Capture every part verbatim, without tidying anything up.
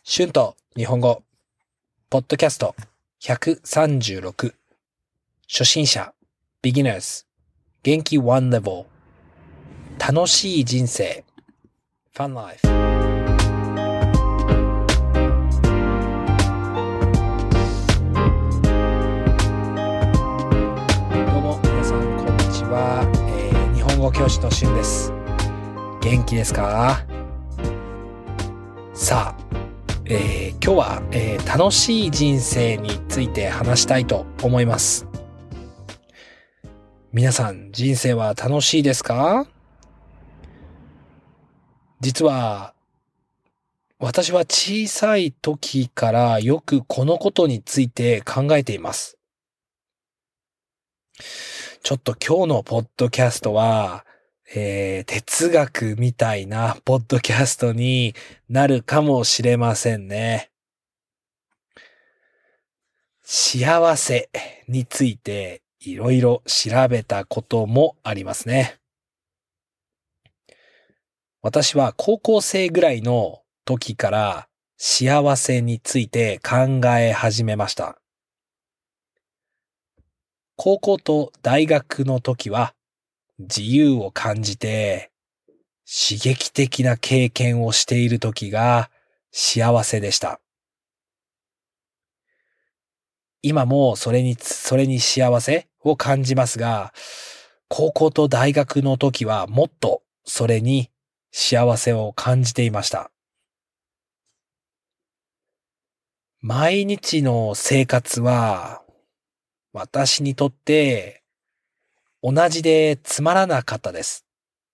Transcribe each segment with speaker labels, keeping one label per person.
Speaker 1: 春と日本語、ポッドキャストひゃくさんじゅうろく、初心者、beginners、元気ワンレベル、楽しい人生、fun life。どうも皆さんこんにちは、えー、日本語教師の春です。元気ですか？さあ、えー、今日は、えー、楽しい人生について話したいと思います。皆さん、人生は楽しいですか？実は、私は小さい時からよくこのことについて考えています。ちょっと今日のポッドキャストは、えー、哲学みたいなポッドキャストになるかもしれませんね。幸せについていろいろ調べたこともありますね。私は高校生ぐらいの時から幸せについて考え始めました。高校と大学の時は自由を感じて刺激的な経験をしている時が幸せでした。今もそれに、それに幸せを感じますが、高校と大学の時はもっとそれに幸せを感じていました。毎日の生活は私にとって同じでつまらなかったです。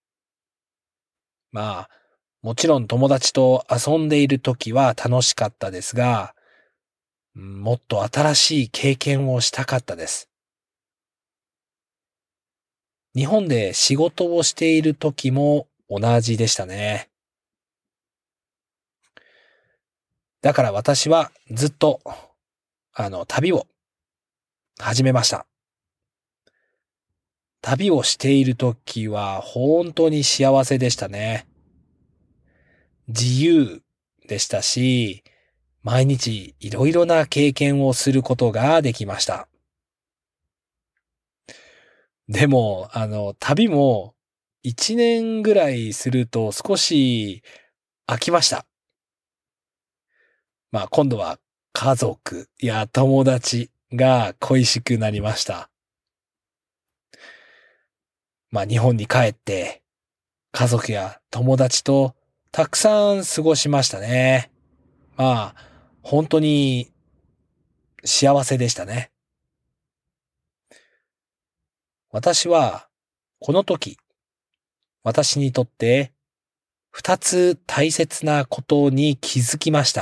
Speaker 1: まあ、もちろん友達と遊んでいる時は楽しかったですが、もっと新しい経験をしたかったです。日本で仕事をしている時も同じでしたね。だから私はずっと、あの、旅を始めました。旅をしている時は本当に幸せでしたね。自由でしたし、毎日いろいろな経験をすることができました。でも、あの、旅も一年ぐらいすると少し飽きました。まあ今度は家族や友達が恋しくなりました。まあ日本に帰って家族や友達とたくさん過ごしましたね。まあ本当に幸せでしたね。私はこの時、私にとって二つ大切なことに気づきました。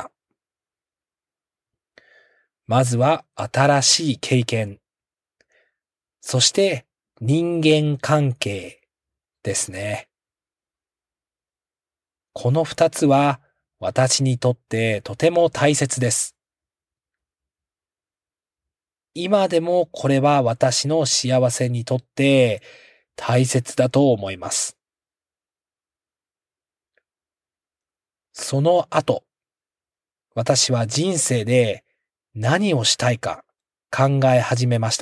Speaker 1: まずは新しい経験。そして人間関係ですね。この二つは私にとってとても大切です。今でもこれは私の幸せにとって大切だと思います。その後、私は人生で何をしたいか考え始めました。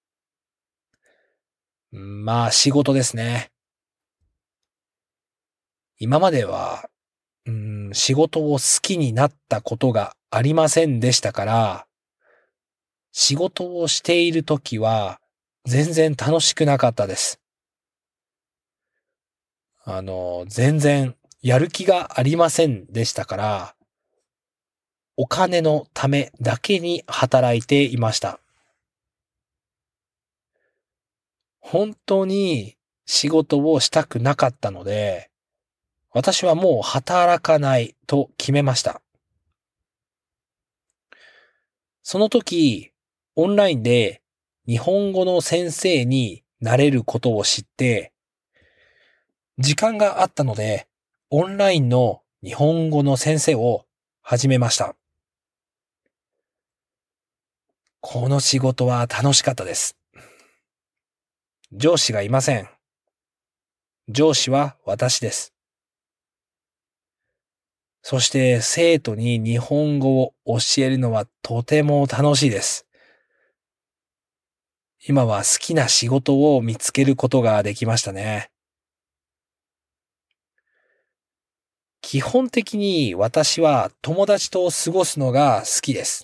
Speaker 1: まあ仕事ですね。今までは、うん、仕事を好きになったことがありませんでしたから、仕事をしているときは全然楽しくなかったです。あの、全然やる気がありませんでしたから、お金のためだけに働いていました。本当に仕事をしたくなかったので、私はもう働かないと決めました。その時、オンラインで日本語の先生になれることを知って、時間があったので、オンラインの日本語の先生を始めました。この仕事は楽しかったです。上司がいません。上司は私です。 そして生徒に日本語を教えるのはとても楽しいです。今は好きな仕事を見つけることができましたね。基本的に私は友達と過ごすのが好きです。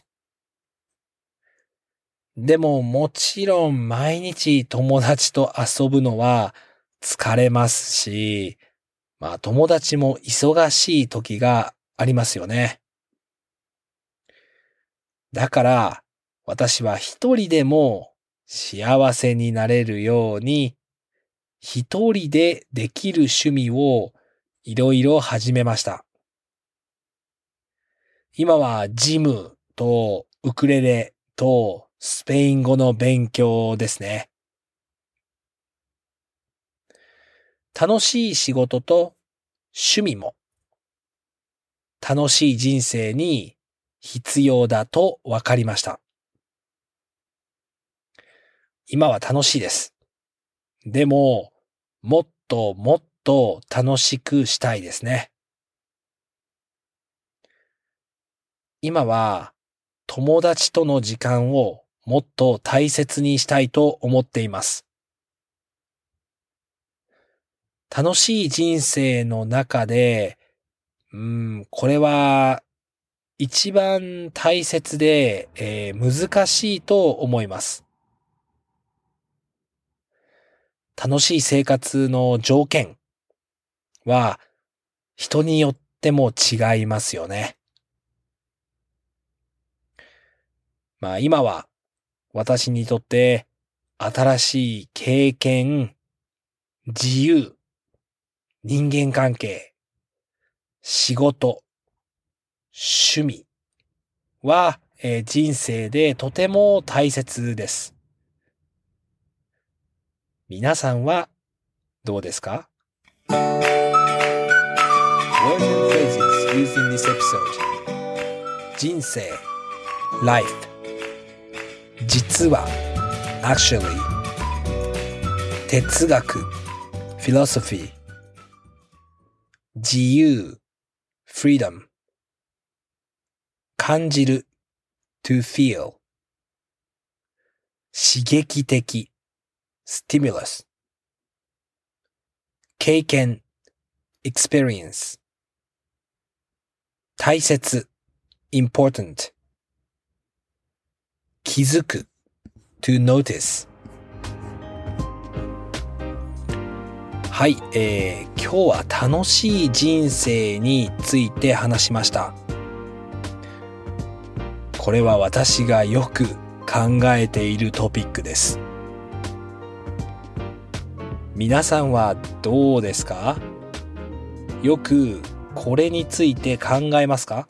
Speaker 1: でももちろん毎日友達と遊ぶのは疲れますし、まあ友達も忙しい時がありますよね。だから私は一人でも幸せになれるように一人でできる趣味をいろいろ始めました。今はジムとウクレレとスペイン語の勉強ですね。楽しい仕事と趣味も楽しい人生に必要だと分かりました。今は楽しいです。でも、もっともっと楽しくしたいですね。今は友達との時間をもっと大切にしたいと思っています。楽しい人生の中で、うーん、これは一番大切で、えー難しいと思います。楽しい生活の条件は人によっても違いますよね。まあ今は私にとって新しい経験、自由、人間関係、仕事、趣味は、えー人生でとても大切です。皆さんはどうですか？ Words and phrases used in this episode. 人生 life 実は actually 哲学 philosophy 自由 freedom 感じる to feel 刺激的 stimulus 経験 experience 大切 important 気づく to notice はい、えー、今日は楽しい人生について話しました。これは私がよく考えているトピックです。皆さんはどうですか？よくこれについて考えますか？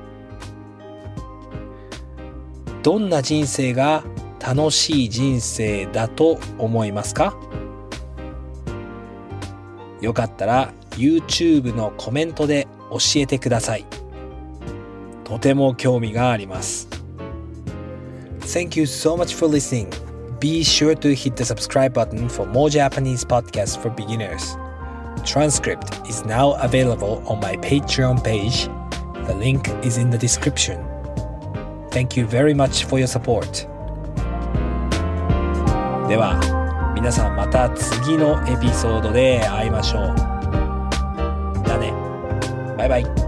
Speaker 1: どんな人生が楽しい人生だと思いますか？よかったら YouTube のコメントで教えてください。とても興味があります。Thank you so much for listening. Be sure to hit the subscribe button for more Japanese podcasts for beginners. Transcript is now available on my Patreon page. The link is in the description. Thank you very much for your support. では、皆さんまた次のエピソードで会いましょう。だね。バイバイ。